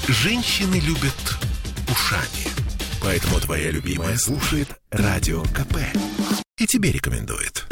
Женщины любят ушами. Поэтому твоя любимая слушает Радио КП. И тебе рекомендует.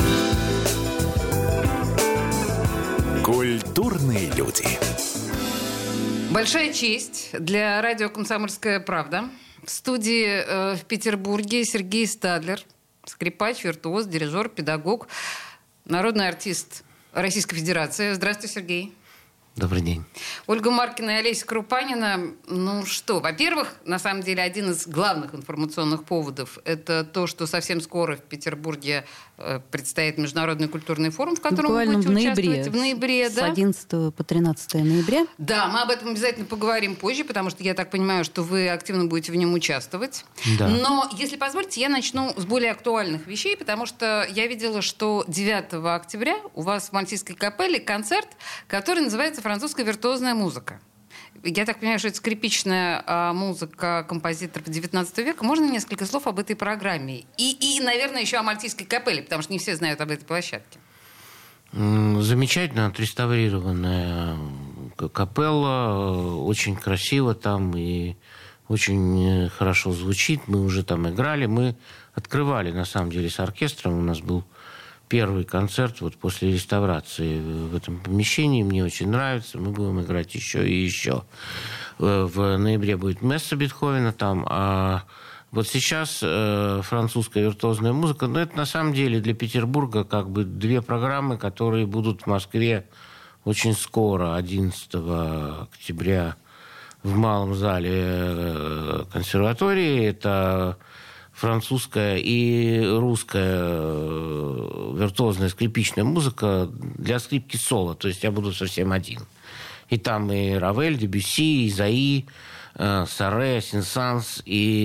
Культурные люди. Большая честь для радио «Комсомольская правда». В студии в Петербурге Сергей Стадлер, скрипач, виртуоз, дирижер, педагог, народный артист Российской Федерации. Здравствуйте, Сергей. Добрый день. Ольга Маркина и Олеся Крупанина. Ну что, во-первых, на самом деле, один из главных информационных поводов – это то, что совсем скоро в Петербурге предстоит Международный культурный форум, в котором вы будете участвовать. В ноябре, да? С 11 по 13 ноября. Да, мы об этом обязательно поговорим позже, потому что я так понимаю, что вы активно будете в нем участвовать. Да. Но, если позволите, я начну с более актуальных вещей, потому что я видела, что 9 октября у вас в Мальтийской капелле концерт, который называется «Французская виртуозная музыка». Я так понимаю, что это скрипичная музыка композиторов XIX века. Можно несколько слов об этой программе? И, наверное, еще о Мальтийской капелле, потому что не все знают об этой площадке. Замечательно отреставрированная капелла. Очень красиво там и очень хорошо звучит. Мы уже там играли. Мы открывали, на самом деле, с оркестром. У нас был первый концерт вот после реставрации в этом помещении. Мне очень нравится. Мы будем играть еще и еще. В ноябре будет месса Бетховена там. А вот сейчас французская виртуозная музыка. Но это на самом деле для Петербурга как бы две программы, которые будут в Москве очень скоро, 11 октября в Малом зале консерватории. Это французская и русская виртуозная скрипичная музыка для скрипки соло. То есть я буду совсем один. И там и Равель, Дебюсси, Изаи, Саре, Сен-Санс,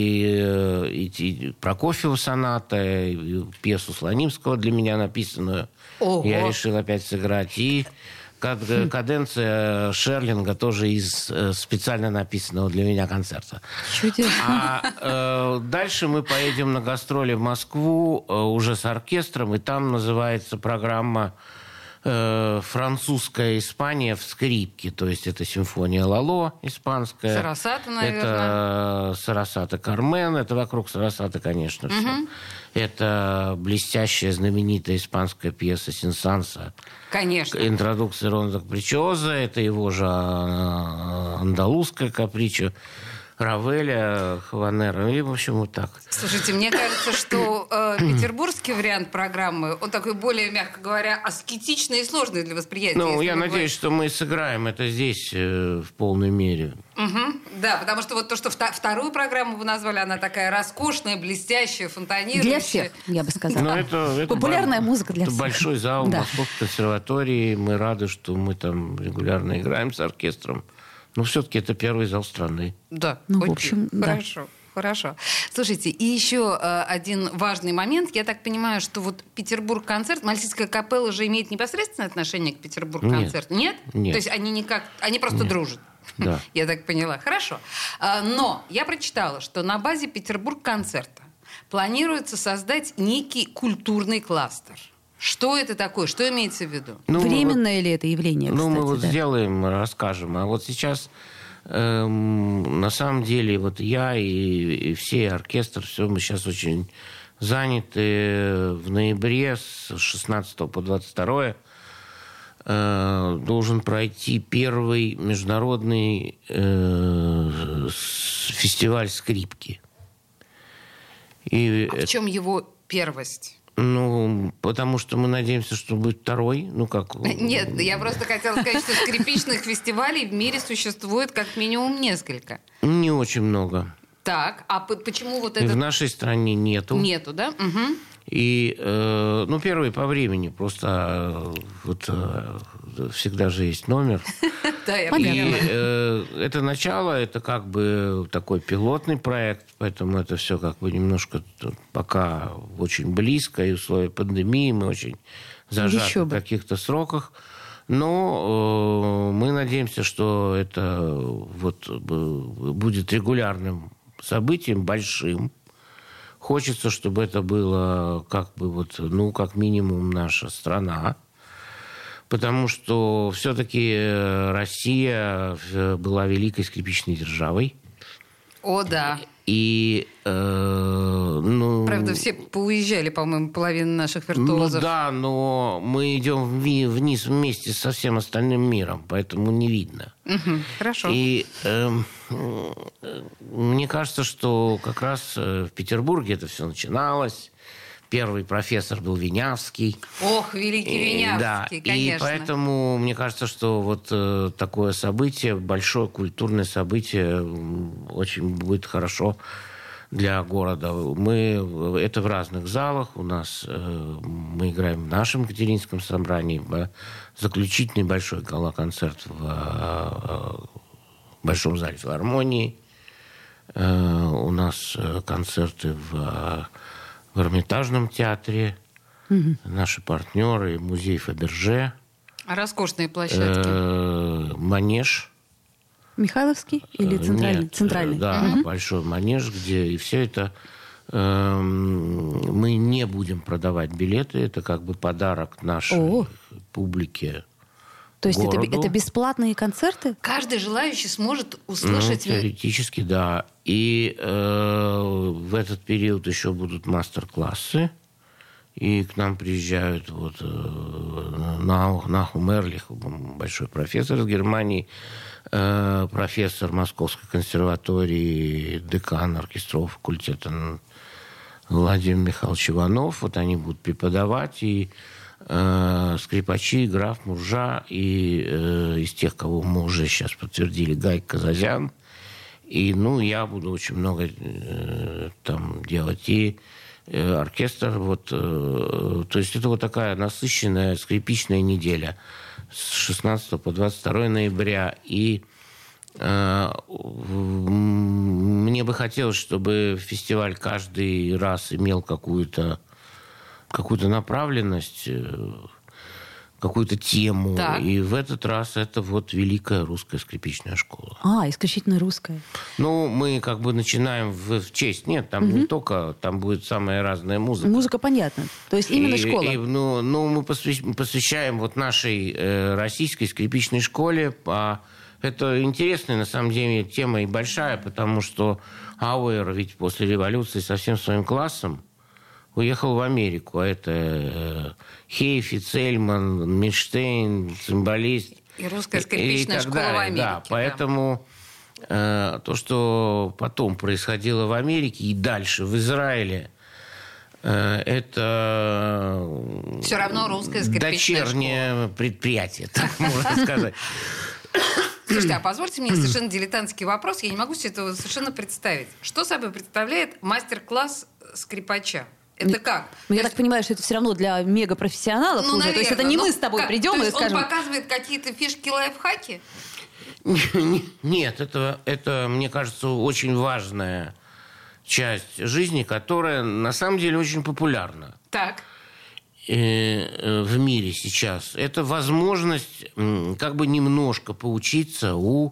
и Прокофьева соната, и пьесу Слонимского для меня написанную. Ого. Я решил опять сыграть. И каденция Шерлинга тоже из специально написанного для меня концерта. А дальше мы поедем на гастроли в Москву уже с оркестром, и там называется программа «Французская Испания в скрипке». То есть это симфония Лало испанская. Сарасата, наверное. Это Сарасата Кармен. Это вокруг Сарасата, конечно, все. Это блестящая, знаменитая испанская пьеса Сен-Санса. Конечно. Интродукция Ронда Капричоза. Это его же андалузская капричо. Равеля, Хаванера, и, в общем, вот так. Слушайте, мне кажется, что петербургский вариант программы, он такой более, мягко говоря, аскетичный и сложный для восприятия. Ну, я надеюсь, что мы сыграем это здесь в полной мере. Да, потому что вот то, что вторую программу вы назвали, она такая роскошная, блестящая, фонтанирующая. Для всех, я бы сказала. Это популярная музыка для всех. Это большой зал да. Московской консерватории. Мы рады, что мы там регулярно играем с оркестром. Но все-таки это первый зал страны. Да, ну, в общем, хорошо. Да. Хорошо. Слушайте, и еще один важный момент. Я так понимаю, что вот Петербург-концерт, Мальтийская капелла же имеет непосредственное отношение к Петербург-концерту? Нет? Нет. То есть они просто дружат? Да. Я так поняла. Хорошо. Но я прочитала, что на базе Петербург-концерта планируется создать некий культурный кластер. Что это такое? Что имеется в виду? Временное ли это явление, кстати? Мы сделаем, расскажем. А вот сейчас, на самом деле, вот я и все оркестр, все, мы сейчас очень заняты. В ноябре с 16 по 22 должен пройти первый международный фестиваль скрипки. В чем его первость? Потому что мы надеемся, что будет второй. Нет, я просто хотела сказать, что скрипичных фестивалей в мире существует как минимум несколько. Не очень много. Так, а почему вот это... И в нашей стране нету. Нету, да? Угу. И, первый по времени. Просто всегда же есть номер. Да, я поняла. И это начало, это как бы такой пилотный проект, поэтому это все как бы немножко пока очень близко, и условия пандемии мы очень зажаты в каких-то сроках. Но мы надеемся, что это будет регулярным событием, большим. Хочется, чтобы это было как минимум наша страна. потому что все-таки Россия была великой скрипичной державой. О, да. И, правда, все поуезжали, по-моему, половина наших виртуозов. Ну да, но мы идем вниз вместе со всем остальным миром, поэтому не видно. Хорошо. И мне кажется, что как раз в Петербурге это все начиналось. Первый профессор был Винявский. Ох, великий Винявский, да, конечно. И поэтому мне кажется, что вот такое событие, большое культурное событие, очень будет хорошо для города. Это в разных залах. У нас мы играем в нашем Екатеринском собрании, заключительный большой гала-концерт в Большом зале филармонии. У нас концерты в Эрмитажном театре, наши партнеры, музей Фаберже. Роскошные площадки. Манеж. Михайловский или центральный? Нет, центральный. Да, большой манеж, где и все это... Мы не будем продавать билеты, это как бы подарок нашей публике. То есть городу. это бесплатные концерты? Каждый желающий сможет услышать... Теоретически, да. И в этот период еще будут мастер-классы. И к нам приезжают Нахум Эрлих, большой профессор из Германии, профессор Московской консерватории, декан оркестрового факультета Владимир Михайлович Иванов. Вот они будут преподавать. И скрипачи, граф Муржа, и из тех, кого мы уже сейчас подтвердили, Гай Казазян. И, я буду очень много там делать. И оркестр, то есть это вот такая насыщенная скрипичная неделя с 16 по 22 ноября. И мне бы хотелось, чтобы фестиваль каждый раз имел какую-то направленность, какую-то тему. Так. И в этот раз это вот Великая русская скрипичная школа. Исключительно русская. Мы как бы начинаем в честь. Нет, там не только, там будет самая разная музыка. Музыка, понятно. То есть именно школа. Мы посвящаем вот нашей российской скрипичной школе. Это интересная, на самом деле, тема и большая, потому что Ауэр ведь после революции со всем своим классом уехал в Америку. А это Хейфи, Цельман, Мильштейн, цимбалист. И русская скрипичная школа в Америке. Да, поэтому то, что потом происходило в Америке и дальше в Израиле, это все равно русская скрипичная дочернее школа. Предприятие, так можно сказать. Слушайте, а позвольте мне совершенно дилетантский вопрос. Я не могу себе этого совершенно представить. Что собой представляет мастер-класс скрипача? Это как? Я так понимаю, что это все равно для мегапрофессионалов уже. Наверное. То есть это не мы с тобой придем и скажем... Он показывает какие-то фишки, лайфхаки? Нет, это, мне кажется, очень важная часть жизни, которая на самом деле очень популярна. Так. В мире сейчас. Это возможность как бы немножко поучиться у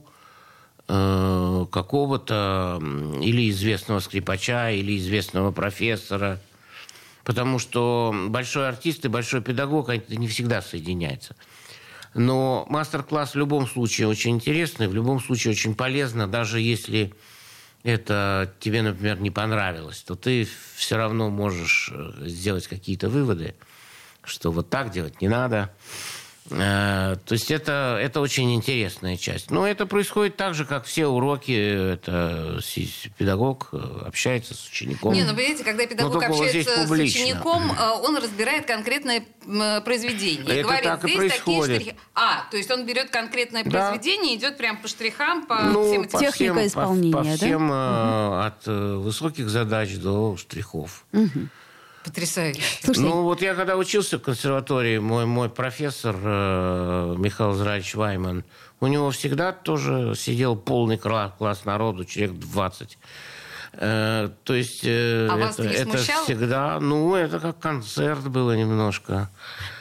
какого-то или известного скрипача, или известного профессора. Потому что большой артист и большой педагог, это не всегда соединяется. Но мастер-класс в любом случае очень интересный, в любом случае очень полезно, даже если это тебе, например, не понравилось, то ты все равно можешь сделать какие-то выводы, что вот так делать не надо. То есть это очень интересная часть. Но это происходит так же, как все уроки. Это педагог общается с учеником. Понимаете, когда педагог общается с учеником, он разбирает конкретное произведение. Это говорит, так и здесь происходит. такие штрихи. То есть он берет конкретное произведение, идет прям по штрихам, по всем этим... Техника исполнения, по всем, от высоких задач до штрихов. Потрясающе. Слушайте, я когда учился в консерватории, мой профессор Михаил Израилевич Вайман, у него всегда тоже сидел полный класс народу, человек 20. То есть вас не это смущало? всегда... это как концерт было немножко.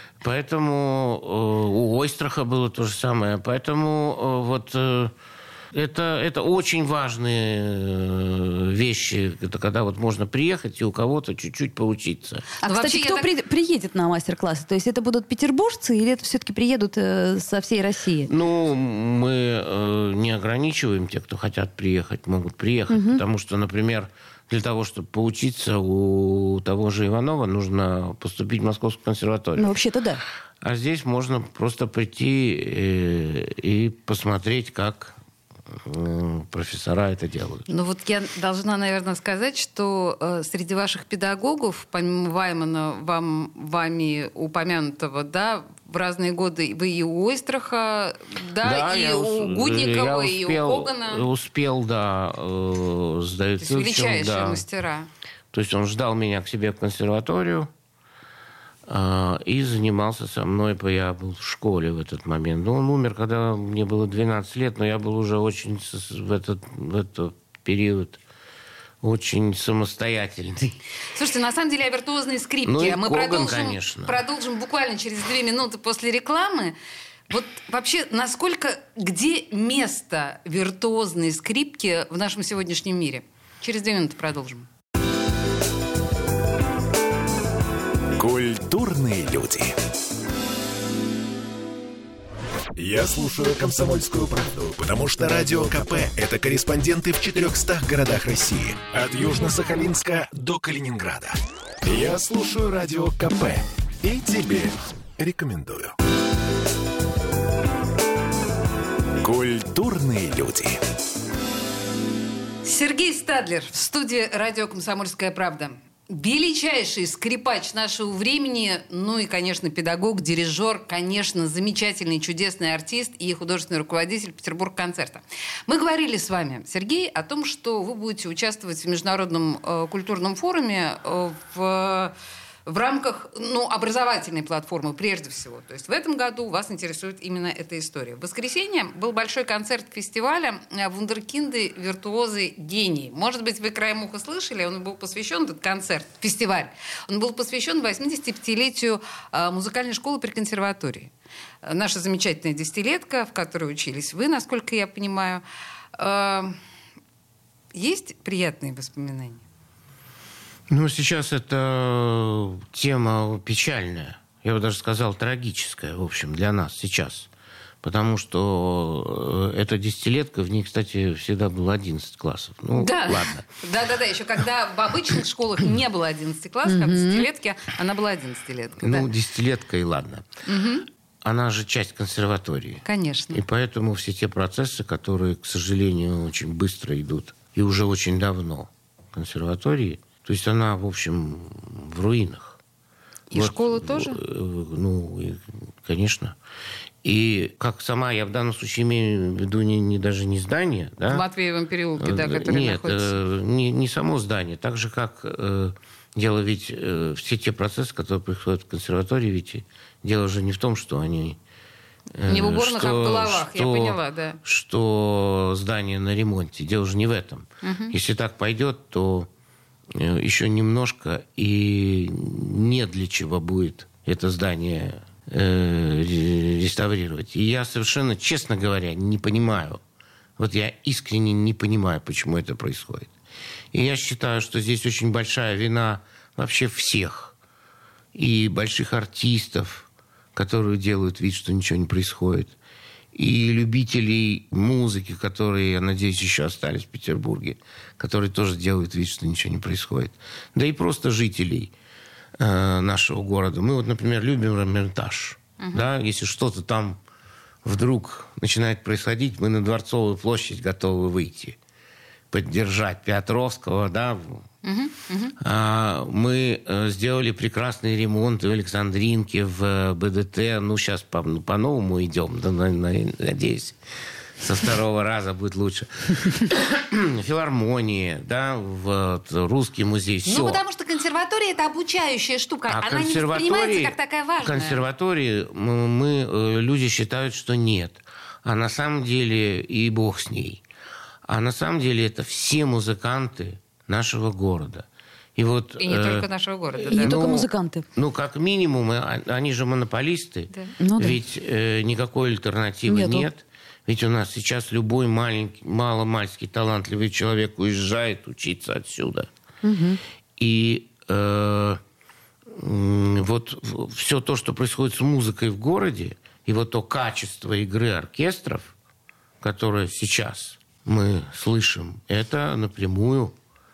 Поэтому у Ойстраха было то же самое. Поэтому Это очень важные вещи. Это когда вот можно приехать и у кого-то чуть-чуть поучиться. А, кстати, кто приедет на мастер-классы? То есть это будут петербуржцы или это все-таки приедут со всей России? Ну, мы не ограничиваем тех, кто хотят приехать, могут приехать. Потому что, например, для того, чтобы поучиться у того же Иванова, нужно поступить в Московскую консерваторию. Ну, вообще-то да. А здесь можно просто прийти и посмотреть, как профессора это делают. Ну вот я должна, наверное, сказать, что среди ваших педагогов, помимо Ваймана, вами упомянутого, да, в разные годы вы и у Ойстраха, да, и у Гудникова, и у Когана. Успел, да, с Давидом Ильичем. Величайшие мастера. То есть он ждал меня к себе в консерваторию и занимался со мной, я был в школе в этот момент. Но он умер, когда мне было 12 лет, но я был уже очень в этот период очень самостоятельный. Слушайте, на самом деле о виртуозной скрипке ну, и мы Коган, продолжим буквально через 2 минуты после рекламы. Вот вообще, где место виртуозной скрипки в нашем сегодняшнем мире? Через 2 минуты продолжим. Культурные люди. Я слушаю «Комсомольскую правду», потому что Радио КП – это корреспонденты в 400 городах России. От Южно-Сахалинска до Калининграда. Я слушаю Радио КП и тебе рекомендую. Культурные люди. Сергей Стадлер в студии «Радио Комсомольская правда». Величайший скрипач нашего времени, ну и, конечно, педагог, дирижер, конечно, замечательный, чудесный артист и художественный руководитель Петербург-концерта. Мы говорили с вами, Сергей, о том, что вы будете участвовать в международном культурном форуме в рамках образовательной платформы прежде всего. То есть в этом году вас интересует именно эта история. В воскресенье был большой концерт фестиваля «Вундеркинды. Виртуозы. Гении». Может быть, вы краем уха слышали, он был посвящен, этот концерт, фестиваль, он был посвящен 85-летию музыкальной школы при консерватории. Наша замечательная десятилетка, в которой учились вы, насколько я понимаю. Есть приятные воспоминания? Ну, сейчас это тема печальная. Я бы даже сказал, трагическая, в общем, для нас сейчас. Потому что эта десятилетка, в ней, кстати, всегда было 11 классов. Ну, да. Ладно. Да. Еще когда в обычных школах не было 11 классов, а в десятилетке она была 11-летка. Ну, десятилетка и ладно. Она же часть консерватории. Конечно. И поэтому все те процессы, которые, к сожалению, очень быстро идут, и уже очень давно в консерватории, то есть она, в общем, в руинах. И школа тоже? Ну, конечно. И как сама, я в данном случае имею в виду даже не здание. Да? В Матвеевом переулке, да, который находится. Нет, не само здание. Так же, как дело ведь... все те процессы, которые происходят в консерватории, ведь дело же не в том, что они... Не в уборных, а в головах, я поняла, да. Что здание на ремонте. Дело же не в этом. Если так пойдет, то... еще немножко, и не для чего будет это здание реставрировать. И я совершенно, честно говоря, не понимаю. Вот я искренне не понимаю, почему это происходит. И я считаю, что здесь очень большая вина вообще всех. И больших артистов, которые делают вид, что ничего не происходит. И любителей музыки, которые, я надеюсь, еще остались в Петербурге, которые тоже делают вид, что ничего не происходит. Да и просто жителей нашего города. Мы вот, например, любим Эрмитаж. Да? Если что-то там вдруг начинает происходить, мы на Дворцовую площадь готовы выйти, поддержать Петровского, да. Мы сделали прекрасный ремонт в Александринке, в БДТ. Ну, сейчас по-новому идем. Да, надеюсь, со второго раза будет лучше. Филармонии, да, Русский музей. Все. Ну, потому что консерватория – это обучающая штука. Она не воспринимается как такая важная. В консерватории люди считают, что нет. А на самом деле и бог с ней. А на самом деле это все музыканты нашего города. И не только нашего города. И не только музыканты. Ну, как минимум, они же монополисты. Да. Ведь никакой альтернативы нет. Ведь у нас сейчас любой маломальский талантливый человек уезжает учиться отсюда. И вот все то, что происходит с музыкой в городе, и вот то качество игры оркестров, которое сейчас мы слышим, это напрямую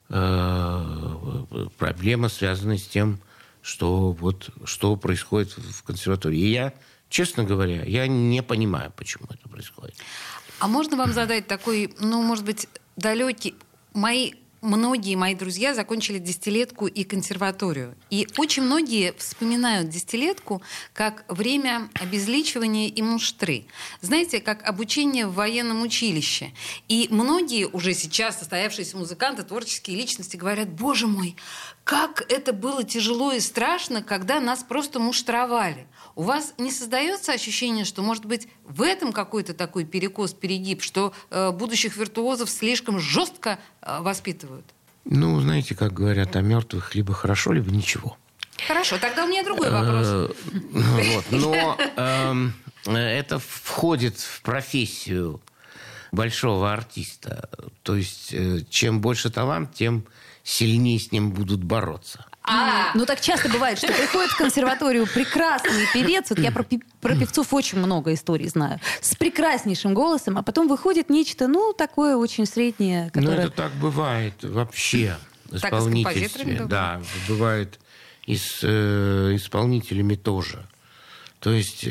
проблема, связанная с тем, что происходит в консерватории. И я, честно говоря, я не понимаю, почему это происходит. А можно вам задать такой, может быть, далекий... Многие мои друзья закончили десятилетку и консерваторию. И очень многие вспоминают десятилетку как время обезличивания и муштры. Знаете, как обучение в военном училище. И многие уже сейчас состоявшиеся музыканты, творческие личности говорят: боже мой, как это было тяжело и страшно, когда нас просто муштровали. У вас не создается ощущение, что, может быть, в этом какой-то такой перекос, перегиб, что будущих виртуозов слишком жестко воспитывают? Знаете, как говорят о мертвых, либо хорошо, либо ничего. Хорошо, тогда у меня другой вопрос. Но это входит в профессию большого артиста. То есть, чем больше талант, тем сильнее с ним будут бороться. Так часто бывает, что приходит в консерваторию прекрасный певец. Вот я про певцов очень много историй знаю. С прекраснейшим голосом, а потом выходит нечто, такое очень среднее. Которое... это так бывает вообще в исполнительстве. Да, бывает и с исполнителями тоже. То есть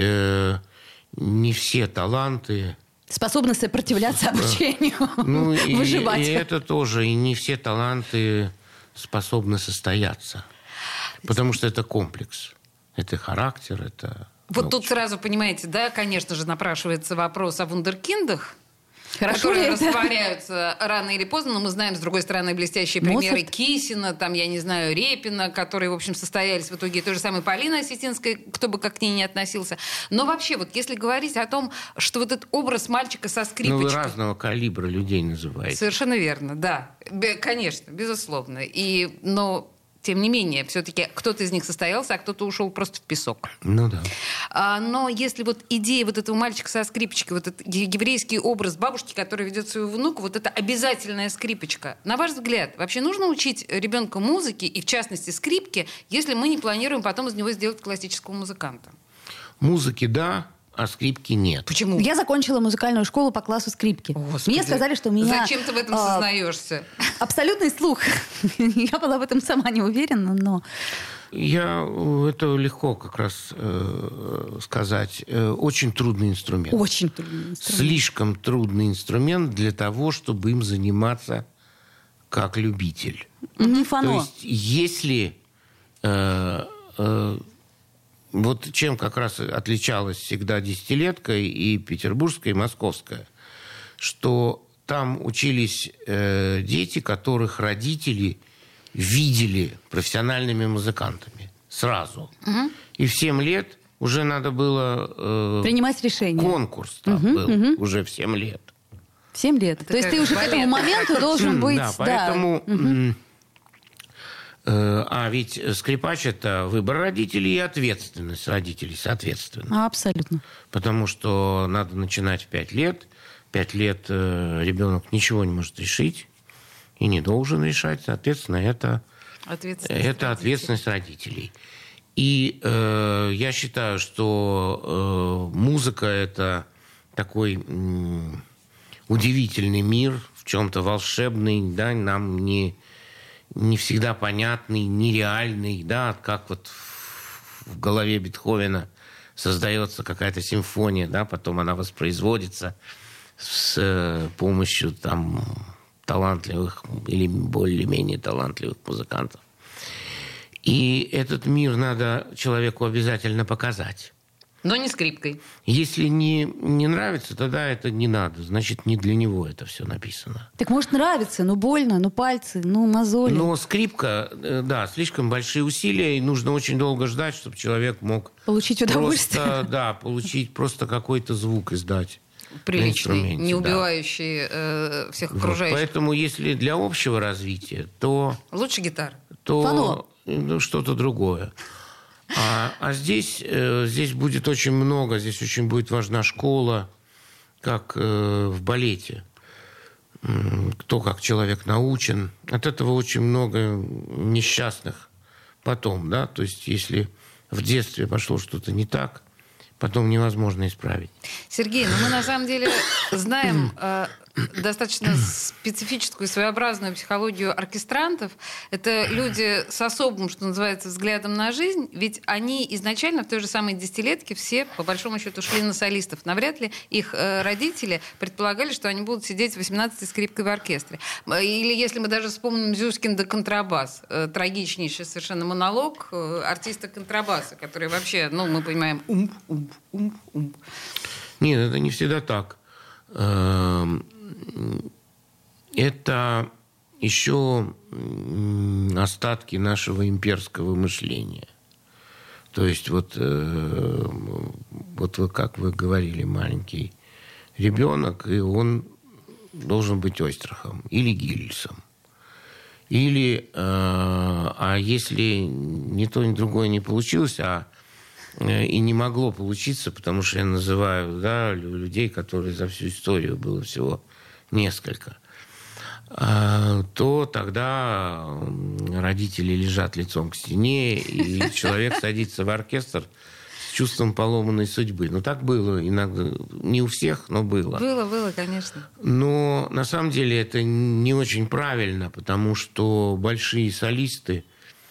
не все таланты... способны сопротивляться обучению, выживать. И это тоже. И не все таланты способны состояться. Потому что это комплекс. Это характер, это... Вот тут сразу, понимаете, да, конечно же, напрашивается вопрос о вундеркиндах, которые растворяются рано или поздно, но мы знаем, с другой стороны, блестящие примеры Кисина, Репина, которые, в общем, состоялись в итоге, той же самой Полины Осетинской, кто бы как к ней ни относился. Но вообще, вот если говорить о том, что вот этот образ мальчика со скрипочкой... вы разного калибра людей называете. Совершенно верно, да. Конечно, безусловно. Но... Тем не менее, все-таки кто-то из них состоялся, а кто-то ушел просто в песок. Да. Но если вот идея вот этого мальчика со скрипочкой, вот этот еврейский образ бабушки, которая ведет своего внука, вот эта обязательная скрипочка, на ваш взгляд, вообще нужно учить ребенка музыке, и в частности скрипке, если мы не планируем потом из него сделать классического музыканта? Музыки, да. А скрипки нет. Почему? Я закончила музыкальную школу по классу скрипки. Господи. Мне сказали, что у меня... Зачем ты в этом сознаешься? Абсолютный слух. Я была в этом сама не уверена, но... Это легко как раз сказать. Очень трудный инструмент. Очень трудный инструмент. Слишком трудный инструмент для того, чтобы им заниматься как любитель. Не фано. То есть, если... Вот чем как раз отличалась всегда десятилетка и петербургская, и московская, что там учились дети, которых родители видели профессиональными музыкантами сразу. И в 7 лет уже надо было... принимать решение. Конкурс там был уже в 7 лет. В 7 лет. То есть ты уже к этому моменту должен быть... Да, поэтому... А ведь скрипач – это выбор родителей и ответственность родителей, соответственно. Абсолютно. Потому что надо начинать в 5 лет. 5 лет ребенок ничего не может решить и не должен решать. Соответственно, это ответственность родителей. И я считаю, что музыка – это такой удивительный мир, в чем-то волшебный, да, нам не всегда понятный, нереальный, да, как вот в голове Бетховена создается какая-то симфония, да, потом она воспроизводится с помощью там талантливых или более-менее талантливых музыкантов. И этот мир надо человеку обязательно показать. Но не скрипкой. Если не нравится, тогда это не надо. Значит, не для него это все написано. Так может нравится, но больно, но пальцы, мозоли. Но скрипка, да, слишком большие усилия, и нужно очень долго ждать, чтобы человек мог... получить удовольствие. Получить просто какой-то звук издать. Приличный, не убивающий всех окружающих. Поэтому, если для общего развития, то... Лучше гитара. То что-то другое. А здесь будет очень много, здесь очень будет важна школа, как в балете. Кто как человек научен. От этого очень много несчастных потом, да, то есть если в детстве пошло что-то не так, потом невозможно исправить. Сергей, мы на самом деле знаем достаточно специфическую и своеобразную психологию оркестрантов. Это люди с особым, что называется, взглядом на жизнь, ведь они изначально в той же самой десятилетке все, по большому счету, шли на солистов. Навряд ли их родители предполагали, что они будут сидеть с 18-й скрипкой в оркестре. Или если мы даже вспомним Зюскин да контрабас, трагичнейший совершенно монолог артиста контрабаса, который вообще, мы понимаем, умп. Нет, это не всегда так. Это еще остатки нашего имперского мышления. То есть вот как вы говорили, маленький ребенок, и он должен быть Ойстрахом или Гильсом. Или, а если ни то, ни другое не получилось, и не могло получиться, потому что я называю, да, людей, которые за всю историю было всего несколько, то тогда родители лежат лицом к стене, и человек садится в оркестр с чувством поломанной судьбы. Так было иногда. Не у всех, но было. Было, конечно. Но на самом деле это не очень правильно, потому что большие солисты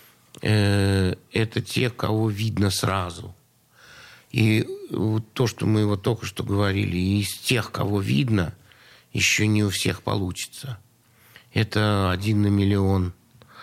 это те, кого видно сразу. И то, что мы вот только что говорили, из тех, кого видно, еще не у всех получится. Это 1 на миллион.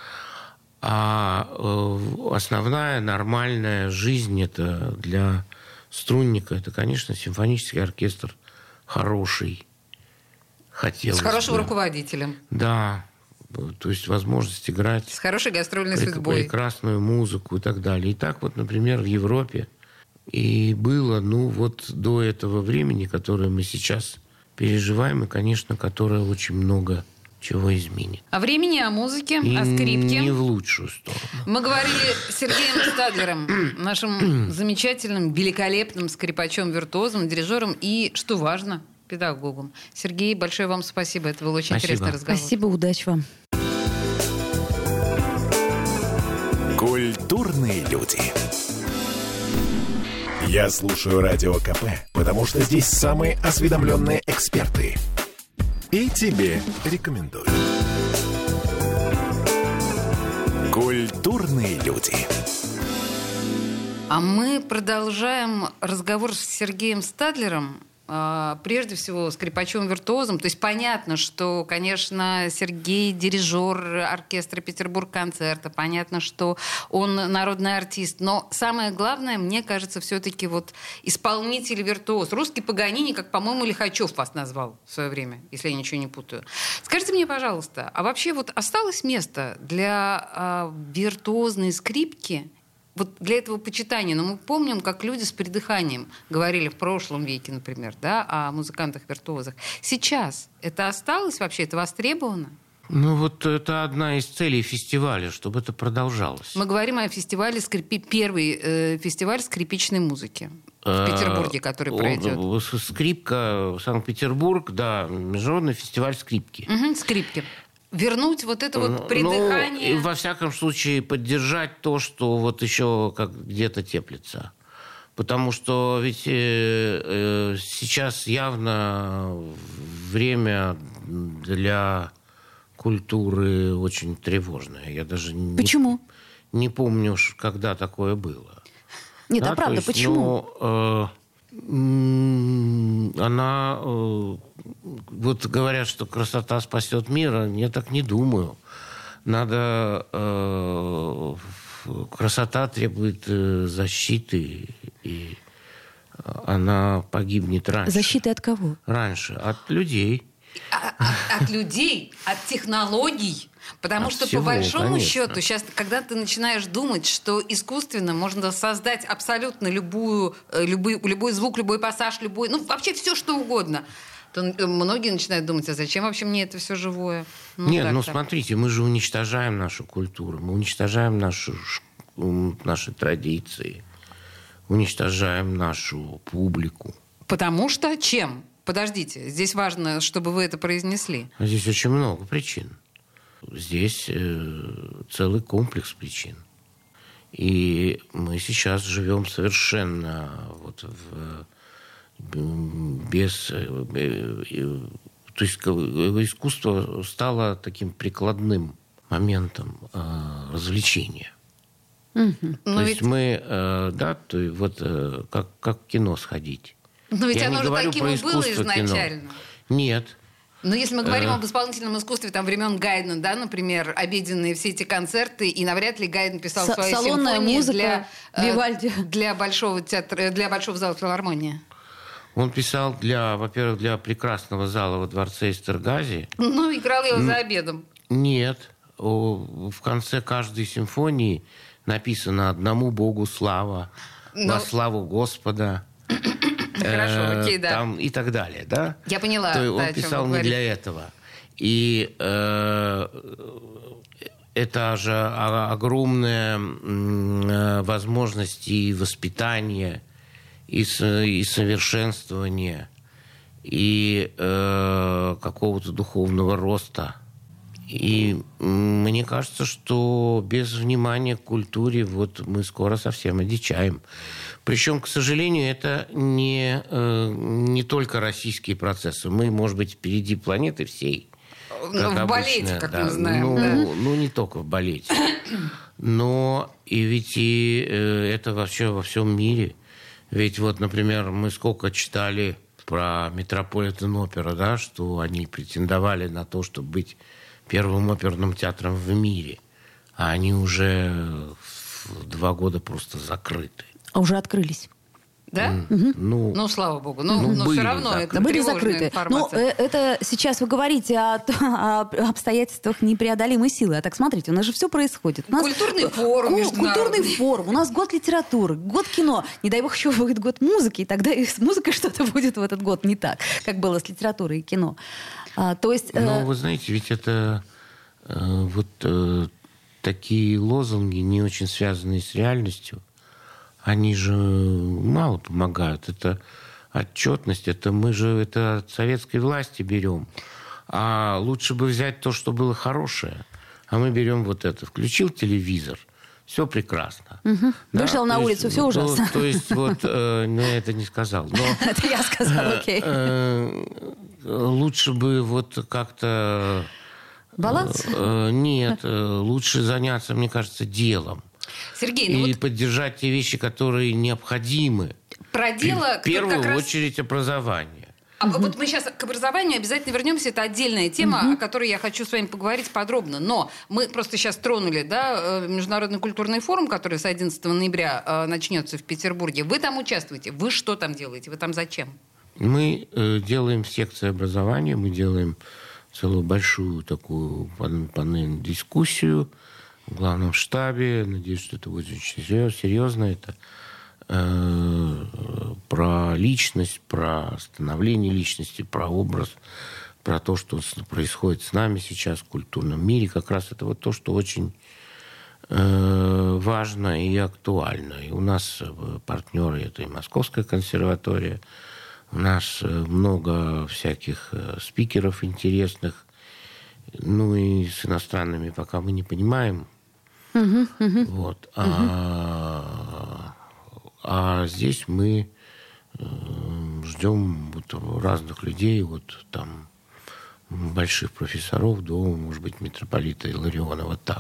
А основная нормальная жизнь это для струнника, это, конечно, симфонический оркестр хороший. Хотелось с хорошим бы. руководителем. Да. То есть возможность играть с хорошей гастрольной судьбой, прекрасную музыку и так далее. И так вот, например, в Европе и было, до этого времени, которое мы сейчас переживаем, и, конечно, которое очень много чего изменит. О времени, о музыке, и о скрипке. Не в лучшую сторону. Мы говорили с Сергеем Стадлером, нашим замечательным, великолепным скрипачом-виртуозом, дирижером и, что важно, педагогом. Сергей, большое вам спасибо. Это был очень интересный разговор. Спасибо, удачи вам. Культурные люди. Я слушаю Радио КП, потому что здесь самые осведомленные эксперты. И тебе рекомендую. Культурные люди. А мы продолжаем разговор с Сергеем Стадлером. Прежде всего, скрипачом-виртуозом. То есть понятно, что, конечно, Сергей дирижер оркестра Петербург-концерта. Понятно, что он народный артист. Но самое главное, мне кажется, все-таки исполнитель-виртуоз. Русский Паганини, как, по-моему, Лихачев вас назвал в свое время, если я ничего не путаю. Скажите мне, пожалуйста, а вообще осталось место для виртуозной скрипки? Для этого почитания. Но мы помним, как люди с придыханием говорили в прошлом веке, например, да, о музыкантах-виртуозах. Сейчас это осталось вообще? Это востребовано? Это одна из целей фестиваля, чтобы это продолжалось. Мы говорим о фестивале первый фестиваль скрипичной музыки в Петербурге, который пройдет. Скрипка, Санкт-Петербург, да, международный фестиваль скрипки. Скрипки. Вернуть придыхание. Во всяком случае, поддержать то, что еще где-то теплится. Потому что ведь сейчас явно время для культуры очень тревожное. Я даже Почему? Не помню, когда такое было. Нет, да, правда, почему? Она... говорят, что красота спасет мир. Я так не думаю. Красота требует защиты, и она погибнет раньше. Защиты от кого? Раньше. От людей. От людей, от технологий. Потому что, по большому счету, сейчас, когда ты начинаешь думать, что искусственно можно создать абсолютно любой звук, любой пассаж, вообще все, что угодно, то многие начинают думать, а зачем вообще мне это все живое? Смотрите, мы же уничтожаем нашу культуру, мы уничтожаем наши традиции, уничтожаем нашу публику. Потому что чем? подождите, здесь важно, чтобы вы это произнесли. Здесь очень много причин. Здесь целый комплекс причин. И мы сейчас живем совершенно вот без... То есть искусство стало таким прикладным моментом развлечения. То есть мы, как в кино сходить. Но ведь Я оно не же говорю таким про и было искусство изначально. кино. Нет. Но если мы говорим об исполнительном искусстве там, времен Гайдна, да, например, обеденные все эти концерты, и навряд ли Гайдн писал свои симфонии музыка, Вивальди. для большого театра, для большого зала филармонии. Он писал, во-первых, для прекрасного зала во дворце Эстергази. Ну, играл его за обедом. Нет. В конце каждой симфонии написано «Одному Богу слава», «Во славу Господа». Хорошо, окей, да. Там, и так далее, да? Я поняла. То он писал не для этого. И это же огромная возможность и воспитания, и совершенствования, и какого-то духовного роста. И мне кажется, что без внимания к культуре вот мы скоро совсем одичаем. Причем, к сожалению, это не только российские процессы. Мы, может быть, впереди планеты всей. В балете, как мы знаем. Ну, не только в балете. Но и ведь это вообще во всем мире. Ведь вот, например, мы сколько читали про Метрополитен-опера, да, что они претендовали на то, чтобы быть первым оперным театром в мире. А они уже 2 года просто закрыты. А уже открылись. Да? Ну, слава богу. Но все равно закрыты. это были тревожная закрыты. информация. Но это сейчас вы говорите о обстоятельствах непреодолимой силы. А так смотрите, у нас же все происходит. У нас Культурный форум международный. Культурный форум. У нас год литературы, год кино. Не дай бог еще будет год музыки, и тогда и с музыкой что-то будет в этот год не так, как было с литературой и кино. То есть... Ну, вы знаете, ведь это такие лозунги, не очень связанные с реальностью, они же мало помогают. Это отчетность, мы же это от советской власти берем. А лучше бы взять то, что было хорошее. А мы берем вот это. Включил телевизор, все прекрасно. Угу. Да? Вышел на улицу, все ужасно. То есть вот, я это не сказал. Это я сказала, окей. Лучше бы вот как-то... Баланс? Нет, лучше заняться, мне кажется, делом. Сергей, и поддержать те вещи, которые необходимы. Про дело... В первую очередь образование. Вот мы сейчас к образованию обязательно вернемся. Это отдельная тема, о которой я хочу с вами поговорить подробно. Но мы просто сейчас тронули, да, Международный культурный форум, который с 11 ноября начнется в Петербурге. Вы там участвуете. Вы что там делаете? Вы там зачем? Мы делаем секции образования, мы делаем целую большую такую панельную дискуссию в главном штабе. Надеюсь, что это будет очень серьезно. Это про личность, про становление личности, про образ, про то, что происходит с нами сейчас в культурном мире. Как раз это вот то, что очень важно и актуально. И у нас партнеры, это и Московская консерватория, у нас много всяких спикеров интересных, ну и с иностранными пока мы не понимаем. Вот. А здесь мы ждем вот разных людей, вот там больших профессоров до, может быть, митрополита Иллариона, вот так.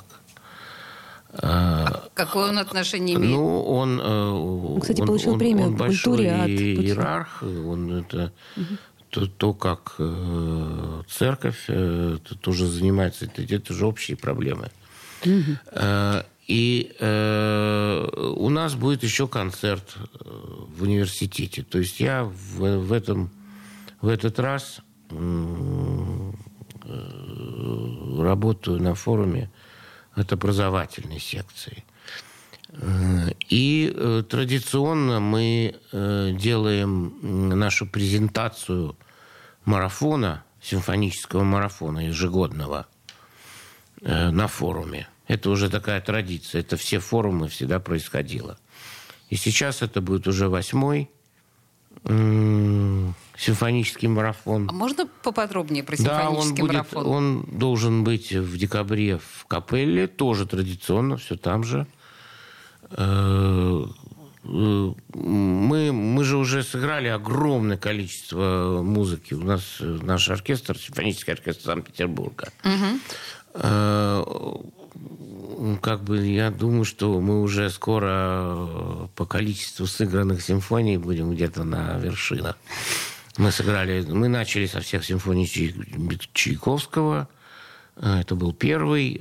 Какое он отношение имеет? Ну, он, кстати, получил премию он по культуре от иерарх, он это то, как церковь тоже занимается, это же общие проблемы. И у нас будет еще концерт в университете. То есть я в этот раз работаю на форуме от образовательной секции. И традиционно мы делаем нашу презентацию марафона, симфонического марафона ежегодного на форуме. Это уже такая традиция. Это все форумы всегда происходило. И сейчас это будет уже 8-й симфонический марафон. А можно поподробнее про симфонический марафон? Он должен быть в декабре в Капелле, тоже традиционно, все там же. Мы же уже сыграли огромное количество музыки. У нас наш оркестр, симфонический оркестр Санкт-Петербурга. Как бы я думаю, что мы уже скоро по количеству сыгранных симфоний будем где-то на вершинах. Мы начали со всех симфоний Чайковского. Это был первый.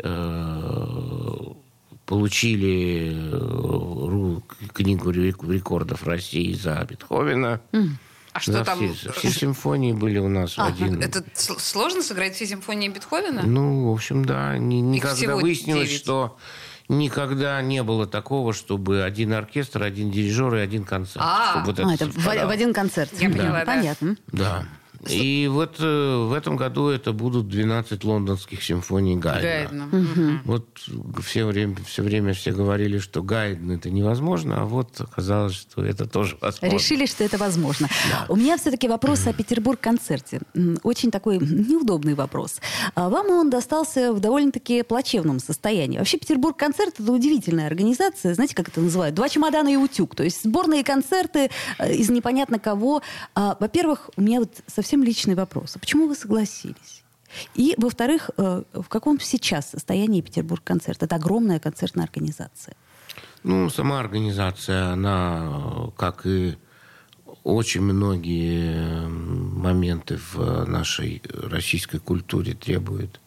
Получили книгу рекордов России за Бетховена. А что там? Все симфонии были у нас в один... Это сложно сыграть все симфонии Бетховена? Ну, в общем, да. Никогда выяснилось, 9. что никогда не было такого, чтобы один оркестр, один дирижер и один концерт. Это в один концерт. Я поняла, да. Понятно. Да. И вот в этом году это будут 12 лондонских симфоний Гайдна. Вот все время все говорили, что Гайден это невозможно, а вот оказалось, что это тоже возможно. Решили, что это возможно. Да. У меня все-таки вопрос о Петербург-концерте. Очень такой неудобный вопрос. Вам он достался в довольно-таки плачевном состоянии. Вообще Петербург-концерт — это удивительная организация. Знаете, как это называют? 2 чемодана и утюг. То есть сборные концерты из непонятно кого. Во-первых, у меня вот совсем личный вопрос. А почему вы согласились? И, во-вторых, в каком сейчас состоянии Петербург-концерт? Это огромная концертная организация. Ну, сама организация, она, как и очень многие моменты в нашей российской культуре, требует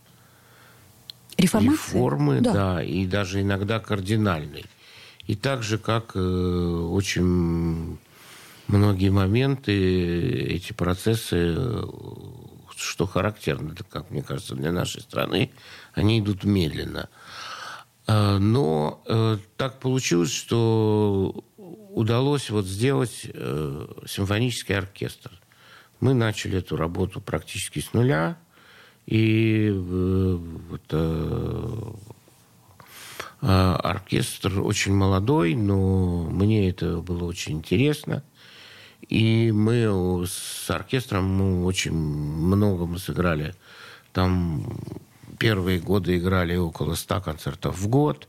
реформы, да, и даже иногда кардинальной. И так же, как очень многие моменты, эти процессы, что характерно, как мне кажется, для нашей страны, они идут медленно. Но так получилось, что удалось вот сделать симфонический оркестр. Мы начали эту работу практически с нуля. И оркестр очень молодой, но мне это было очень интересно. И мы с оркестром очень много мы сыграли. Там первые годы играли около 100 концертов в год.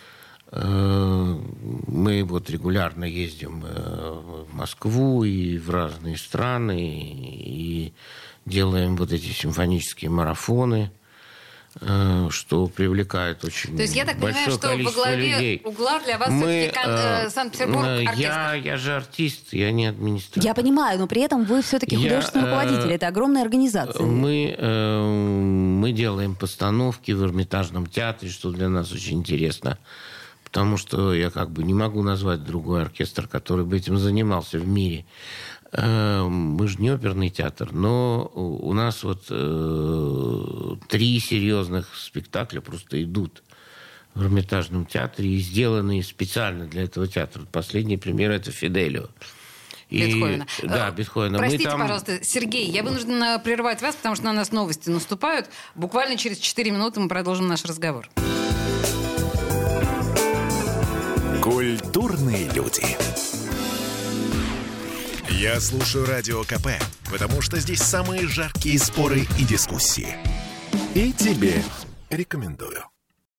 Мы вот регулярно ездим в Москву и в разные страны, и делаем вот эти симфонические марафоны, что привлекает очень большое количество людей. То есть я так понимаю, что во главе угла для вас все-таки Санкт-Петербург оркестр. Я же артист, я не администратор. Я понимаю, но при этом вы все-таки художественный руководитель. Это огромная организация. Мы делаем постановки в Эрмитажном театре, что для нас очень интересно. Потому что я как бы не могу назвать другой оркестр, который бы этим занимался в мире. Мы же не оперный театр, но у нас вот 3 серьезных спектакля просто идут в Эрмитажном театре и сделанные специально для этого театра. Последняя премьера — это «Фиделио». Бетховена. Да, Бетховена. Простите, пожалуйста, Сергей, я вынуждена прервать вас, потому что на нас новости наступают. Буквально через 4 минуты мы продолжим наш разговор. Культурные люди. Я слушаю Радио КП, потому что здесь самые жаркие споры и дискуссии. И тебе рекомендую.